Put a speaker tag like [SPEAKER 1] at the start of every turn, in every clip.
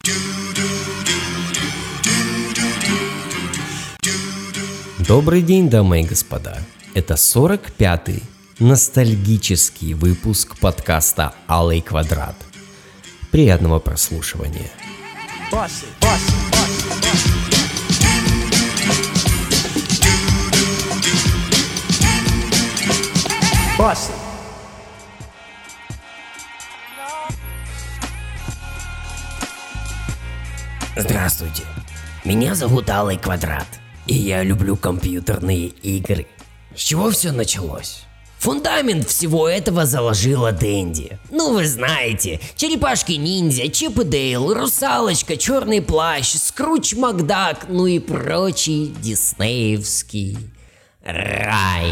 [SPEAKER 1] Добрый день, дамы и господа. Это 45-й ностальгический выпуск подкаста «Алый квадрат». Приятного прослушивания.
[SPEAKER 2] Здравствуйте, меня зовут Алый Квадрат, и я люблю компьютерные игры. С чего все началось? Фундамент всего этого заложила Дэнди. Ну вы знаете, черепашки-ниндзя, Чип и Дейл, Русалочка, Черный плащ, Скрудж Макдак, ну и прочий диснеевский рай.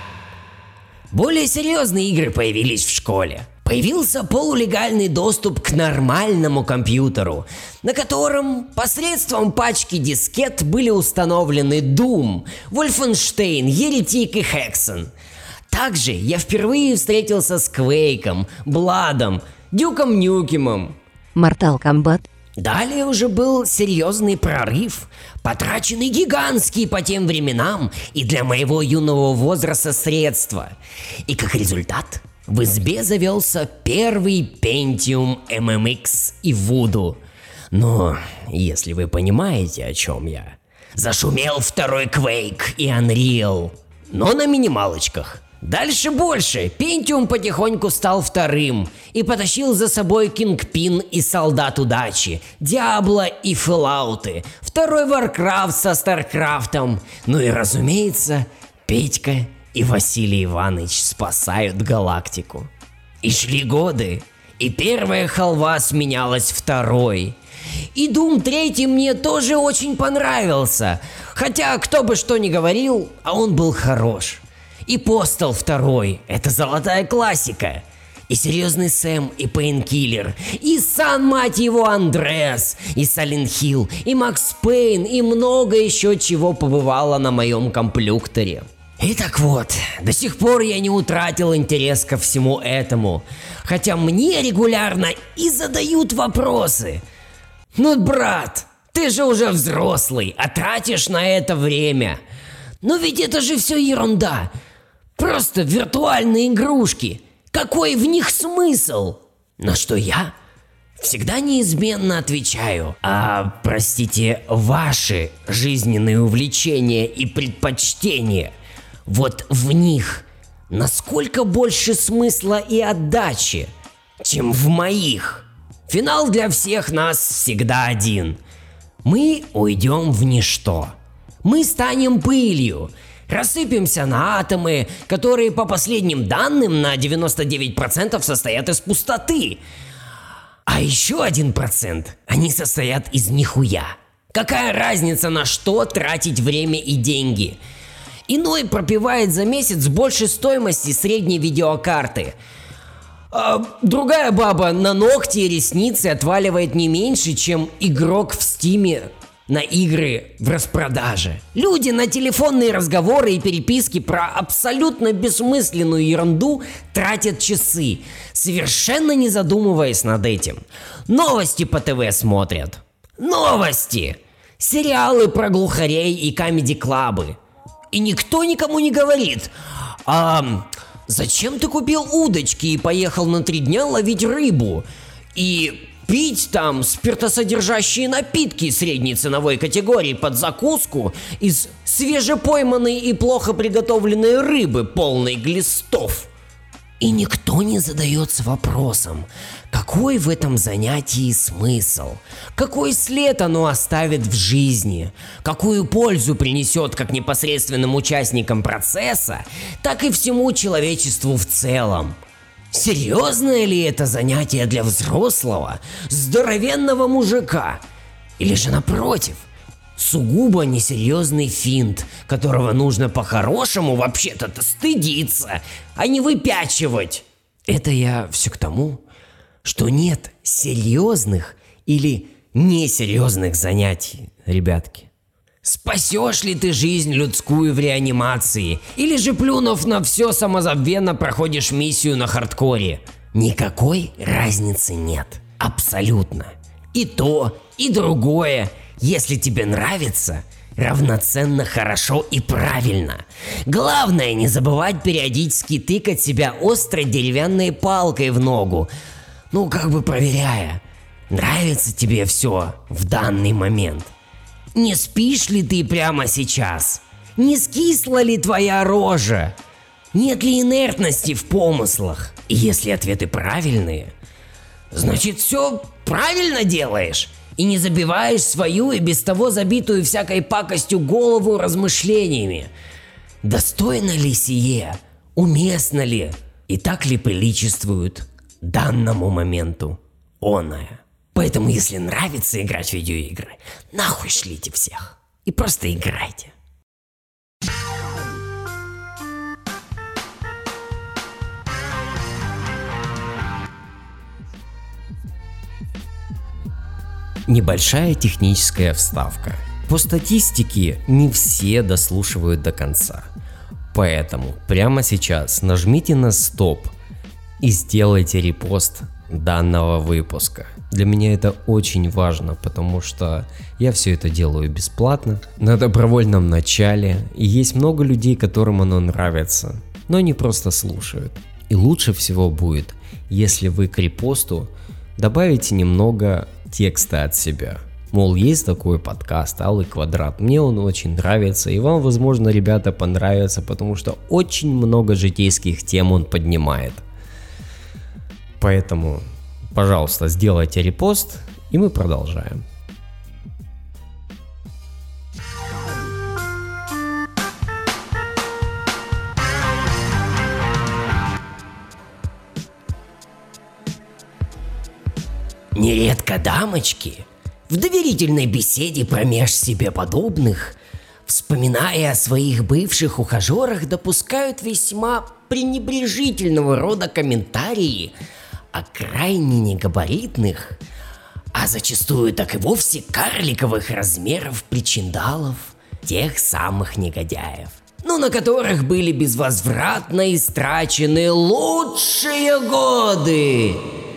[SPEAKER 2] Более серьезные игры появились в школе. Появился полулегальный доступ к нормальному компьютеру, на котором посредством пачки дискет были установлены Doom, Wolfenstein, Еретик и Hexen. Также я впервые встретился с Квейком, Бладом, Дюком Нюкемом.
[SPEAKER 3] Mortal Kombat.
[SPEAKER 2] Далее уже был серьезный прорыв, потраченный гигантские по тем временам и для моего юного возраста средства. И как результат в избе завелся первый Pentium MMX и Voodoo. Но, если вы понимаете, о чем я. Зашумел второй Quake и Unreal, но на минималочках. Дальше больше. Pentium потихоньку стал вторым и потащил за собой Kingpin и Солдат Удачи, Diablo и Fallout, второй Warcraft со Старкрафтом, ну и, разумеется, Петька и Василий Иванович спасают галактику. И шли годы, и первая халва сменялась второй. И Doom 3 мне тоже очень понравился, хотя кто бы что ни говорил, а он был хорош. И Postal 2 — это золотая классика. И Серьезный Сэм, и Painkiller, и Сан, мать его, Андреас, и Silent Hill, и Макс Пейн, и много еще чего побывало на моем компьютере. И так вот, до сих пор я не утратил интерес ко всему этому, хотя мне регулярно и задают вопросы. Ну, брат, ты же уже взрослый, а тратишь на это время. Но ведь это же все ерунда. Просто виртуальные игрушки. Какой в них смысл? На что я всегда неизменно отвечаю: простите, ваши жизненные увлечения и предпочтения, вот в них насколько больше смысла и отдачи, чем в моих. Финал для всех нас всегда один. Мы уйдем в ничто. Мы станем пылью, рассыпемся на атомы, которые по последним данным на 99% состоят из пустоты. А еще 1% они состоят из нихуя. Какая разница, на что тратить время и деньги? Иной пропивает за месяц больше стоимости средней видеокарты. Другая баба на ногти и ресницы отваливает не меньше, чем игрок в Стиме на игры в распродаже. Люди на телефонные разговоры и переписки про абсолютно бессмысленную ерунду тратят часы, совершенно не задумываясь над этим. Новости по ТВ смотрят. Новости! Сериалы про глухарей и камеди-клабы. И никто никому не говорит: зачем ты купил удочки и поехал на 3 дня ловить рыбу? И пить там спиртосодержащие напитки средней ценовой категории под закуску из свежепойманной и плохо приготовленной рыбы, полной глистов. И никто не задается вопросом, какой в этом занятии смысл, какой след оно оставит в жизни, какую пользу принесет как непосредственным участникам процесса, так и всему человечеству в целом. Серьезное ли это занятие для взрослого, здоровенного мужика? Или же напротив, сугубо несерьезный финт, которого нужно по-хорошему вообще-то стыдиться, а не выпячивать? Это я все к тому, что нет серьезных или несерьезных занятий, ребятки. Спасешь ли ты жизнь людскую в реанимации? Или же, плюнув на все, самозабвенно проходишь миссию на хардкоре? Никакой разницы нет. Абсолютно. И то, и другое, если тебе нравится, равноценно хорошо и правильно. Главное не забывать периодически тыкать себя острой деревянной палкой в ногу. Ну, как бы проверяя, нравится тебе все в данный момент. Не спишь ли ты прямо сейчас? Не скисла ли твоя рожа? Нет ли инертности в помыслах? И если ответы правильные, значит все правильно делаешь. И не забиваешь свою и без того забитую всякой пакостью голову размышлениями. Достойно ли сие? Уместно ли? И так ли приличествует данному моменту оное? Поэтому, если нравится играть в видеоигры, нахуй шлите всех. И просто играйте.
[SPEAKER 1] Небольшая техническая вставка. По статистике, не все дослушивают до конца. Поэтому прямо сейчас нажмите на стоп и сделайте репост данного выпуска. Для меня это очень важно, потому что я все это делаю бесплатно, на добровольном начале, и есть много людей, которым оно нравится, но они просто слушают. И лучше всего будет, если вы к репосту добавите немного текста от себя. Мол, есть такой подкаст «Алый квадрат», мне он очень нравится, и вам, возможно, ребята, понравится, потому что очень много житейских тем он поднимает. Поэтому, пожалуйста, сделайте репост, и мы продолжаем.
[SPEAKER 2] Нередко дамочки в доверительной беседе промеж себе подобных, вспоминая о своих бывших ухажерах, допускают весьма пренебрежительного рода комментарии о крайне негабаритных, а зачастую так и вовсе карликовых размеров причиндалов тех самых негодяев, но на которых были безвозвратно истрачены лучшие годы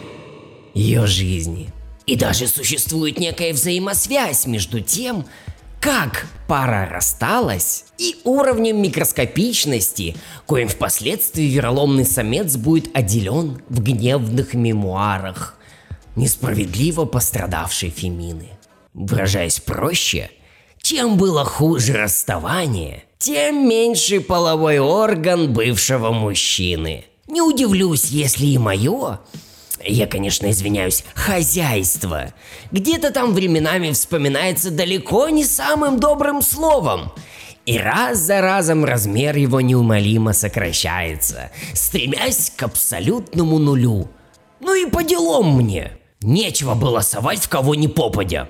[SPEAKER 2] ее жизни. И даже существует некая взаимосвязь между тем, как пара рассталась, и уровнем микроскопичности, коим впоследствии вероломный самец будет отделен в гневных мемуарах несправедливо пострадавшей Фемины. Выражаясь проще, чем было хуже расставание, тем меньше половой орган бывшего мужчины. Не удивлюсь, если и мое, я, конечно, извиняюсь, хозяйство где-то там временами вспоминается далеко не самым добрым словом. И раз за разом размер его неумолимо сокращается, стремясь к абсолютному нулю. Ну и по делам мне. Нечего было совать в кого ни попадя.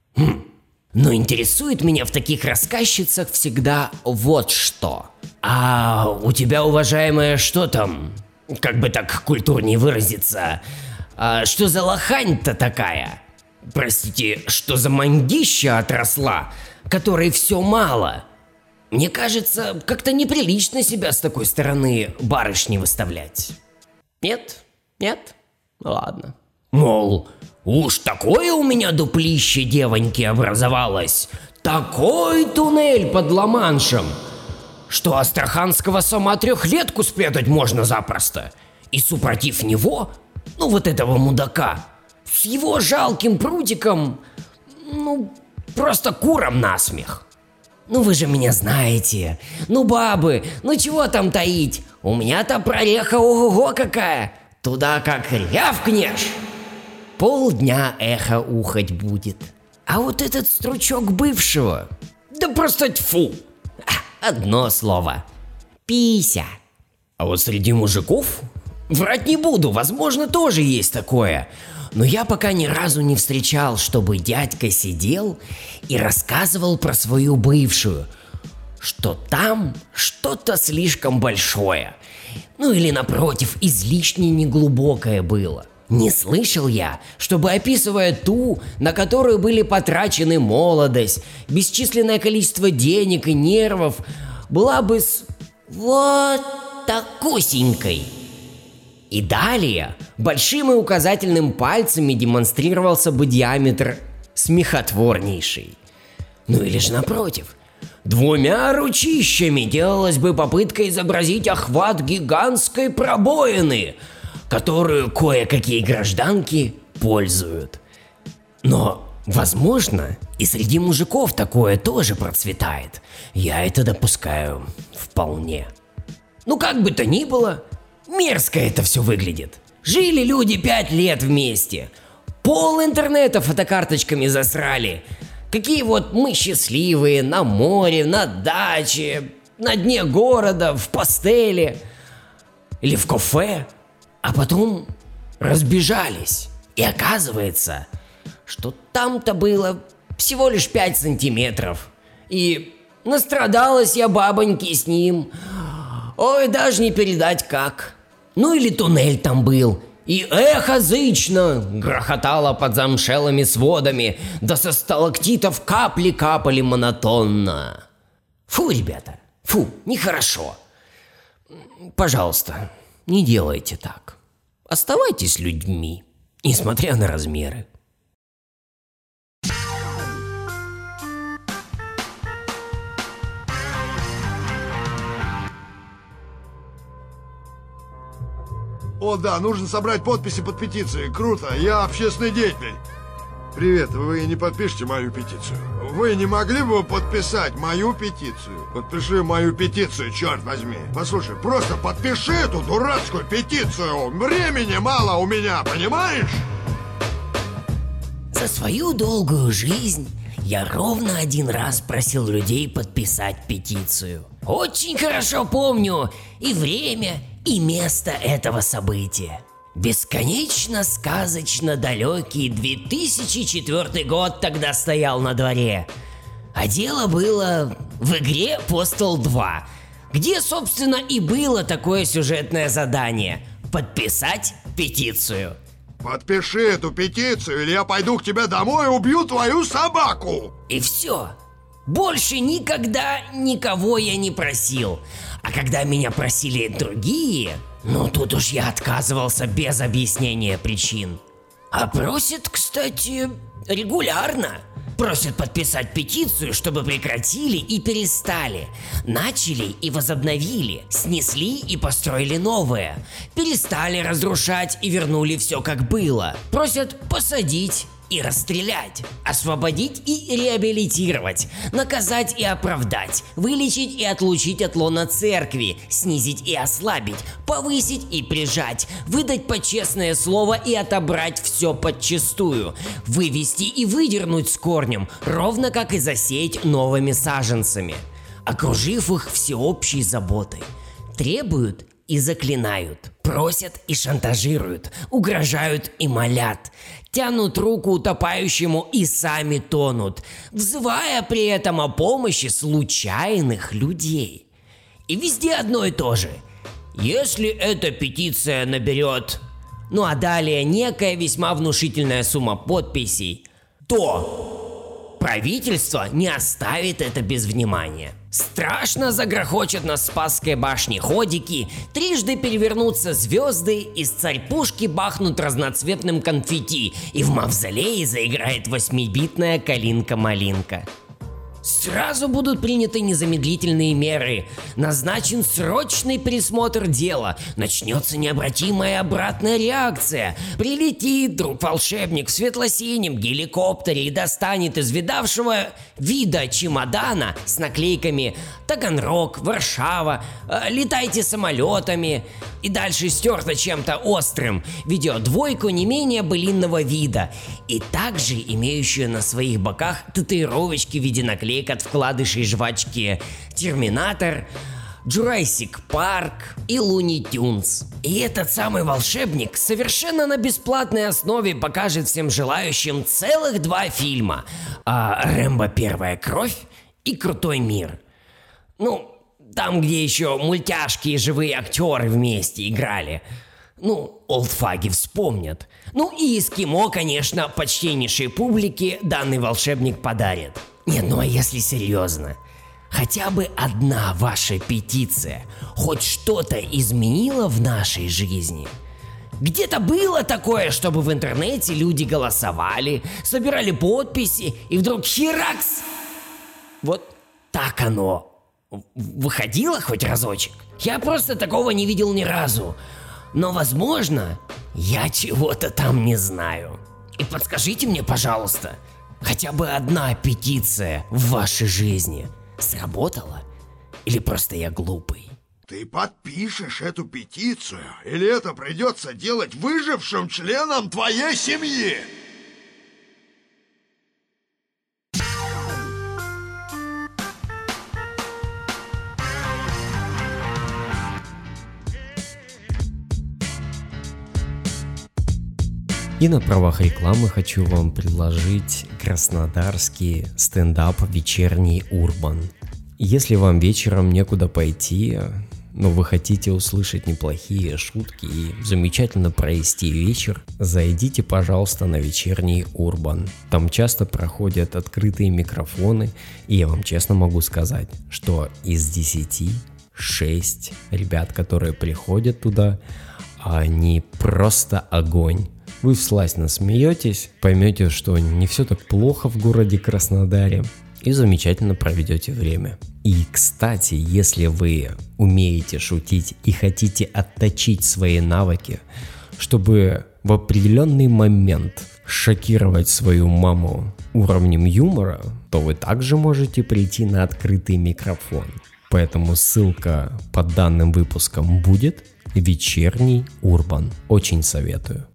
[SPEAKER 2] Но интересует меня в таких рассказчицах всегда вот что. А у тебя, уважаемая, что там? Как бы так культурнее выразиться, что за лохань-то такая? Простите, что за мандища отросла, которой все мало? Мне кажется, как-то неприлично себя с такой стороны барышни выставлять. Нет? Нет? Ладно. Мол, уж такое у меня дуплище девоньки образовалось, такой туннель под Ла-Маншем, что астраханского сама трехлетку спрятать можно запросто. И супротив него, ну вот этого мудака, с его жалким прутиком, ну просто куром насмех. Ну вы же меня знаете, ну бабы, ну чего там таить, у меня-то прореха ого-го какая, туда как рявкнешь, полдня эхо ухать будет. А вот этот стручок бывшего, да просто тьфу. Одно слово. Пися. А вот среди мужиков, врать не буду, возможно, тоже есть такое. Но я пока ни разу не встречал, чтобы дядька сидел и рассказывал про свою бывшую, что там что-то слишком большое. Ну или напротив, излишне неглубокое было. Не слышал я, чтобы, описывая ту, на которую были потрачены молодость, бесчисленное количество денег и нервов, была бы с вот такусенькой. И далее большим и указательным пальцами демонстрировался бы диаметр смехотворнейший. Ну или же напротив, двумя ручищами делалась бы попытка изобразить охват гигантской пробоины, которую кое-какие гражданки пользуют. Но, возможно, и среди мужиков такое тоже процветает. Я это допускаю вполне. Ну как бы то ни было, мерзко это все выглядит. Жили люди 5 лет вместе. Пол интернета фотокарточками засрали. Какие вот мы счастливые на море, на даче, на дне города, в пастели или в кафе. А потом разбежались. И оказывается, что там-то было всего лишь 5 сантиметров. И настрадалась я бабоньки с ним. Ой, даже не передать как. Ну или туннель там был. И эхо зычно грохотало под замшелыми сводами, да со сталактитов капли капали монотонно. Фу, ребята, фу, нехорошо. Пожалуйста, не делайте так. Оставайтесь людьми, несмотря на размеры.
[SPEAKER 3] О, да, нужно собрать подписи под петицией. Круто, я общественный деятель. Привет, вы не подпишите мою петицию? Вы не могли бы подписать мою петицию? Подпиши мою петицию, черт возьми. Послушай, просто подпиши эту дурацкую петицию. Времени мало у меня, понимаешь?
[SPEAKER 2] За свою долгую жизнь я ровно 1 раз просил людей подписать петицию. Очень хорошо помню и время, и место этого события. Бесконечно сказочно далекий 2004 год тогда стоял на дворе. А дело было в игре Postal 2, где, собственно, и было такое сюжетное задание – подписать петицию.
[SPEAKER 3] Подпиши эту петицию, или я пойду к тебе домой и убью твою собаку!
[SPEAKER 2] И все. Больше никогда никого я не просил. А когда меня просили другие, ну тут уж я отказывался без объяснения причин. А просят, кстати, регулярно. Просят подписать петицию, чтобы прекратили и перестали. Начали и возобновили. Снесли и построили новое. Перестали разрушать и вернули все как было. Просят посадить и расстрелять, освободить и реабилитировать, наказать и оправдать, вылечить и отлучить от лона церкви, снизить и ослабить, повысить и прижать, выдать почестное слово и отобрать все подчистую, вывести и выдернуть с корнем, ровно как и засеять новыми саженцами, окружив их всеобщей заботой. Требуют и заклинают, просят и шантажируют, угрожают и молят, тянут руку утопающему и сами тонут, взывая при этом о помощи случайных людей. И везде одно и то же. Если эта петиция наберет, ну а далее некая весьма внушительная сумма подписей, то правительство не оставит это без внимания. Страшно загрохочет на Спасской башне ходики, трижды перевернутся звезды, из царь-пушки бахнут разноцветным конфетти, и в мавзолее заиграет 8-битная калинка-малинка. Сразу будут приняты незамедлительные меры, назначен срочный пересмотр дела, начнется необратимая обратная реакция, прилетит друг-волшебник в светло-синем геликоптере и достанет из видавшего вида чемодана с наклейками «Таганрог», «Варшава», «Летайте самолетами» и дальше стерто чем-то острым, видеодвойку не менее былинного вида и также имеющую на своих боках татуировочки в виде наклеек от вкладышей жвачки «Терминатор», «Джурасик Парк» и «Луни Тюнс». И этот самый волшебник совершенно на бесплатной основе покажет всем желающим целых 2 фильма: «Рэмбо. Первая кровь» и «Крутой мир». Ну, там, где еще мультяшки и живые актеры вместе играли. Ну, олдфаги вспомнят. Ну и эскимо, конечно, почтеннейшей публике данный волшебник подарит. Нет, ну а если серьезно, хотя бы одна ваша петиция хоть что-то изменила в нашей жизни, Где-то было такое, чтобы в интернете люди голосовали, собирали подписи, и вдруг херакс! Вот так оно выходило хоть разочек? Я просто такого не видел ни разу. Но, возможно, я чего-то там не знаю. И подскажите мне, пожалуйста, хотя бы одна петиция в вашей жизни сработала? Или просто я глупый?
[SPEAKER 3] Ты подпишешь эту петицию, или это придется делать выжившим членам твоей семьи?
[SPEAKER 1] И на правах рекламы хочу вам предложить краснодарский стендап «Вечерний Урбан». Если вам вечером некуда пойти, но вы хотите услышать неплохие шутки и замечательно провести вечер, зайдите, пожалуйста, на «Вечерний Урбан». Там часто проходят открытые микрофоны, и я вам честно могу сказать, что из 10 6 ребят, которые приходят туда, они просто огонь. Вы всласть насмеетесь, поймете, что не все так плохо в городе Краснодаре, и замечательно проведете время. И, кстати, если вы умеете шутить и хотите отточить свои навыки, чтобы в определенный момент шокировать свою маму уровнем юмора, то вы также можете прийти на открытый микрофон. Поэтому ссылка под данным выпуском будет. «Вечерний Урбан». Очень советую.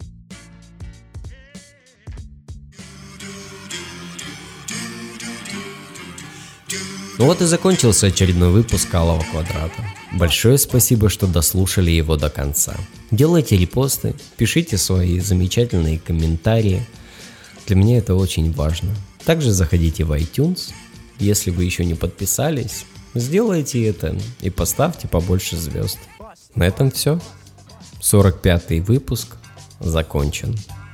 [SPEAKER 1] Ну вот и закончился очередной выпуск Алого Квадрата. Большое спасибо, что дослушали его до конца. Делайте репосты, пишите свои замечательные комментарии. Для меня это очень важно. Также заходите в iTunes. Если вы еще не подписались, сделайте это и поставьте побольше звезд. На этом все. 45-й выпуск закончен.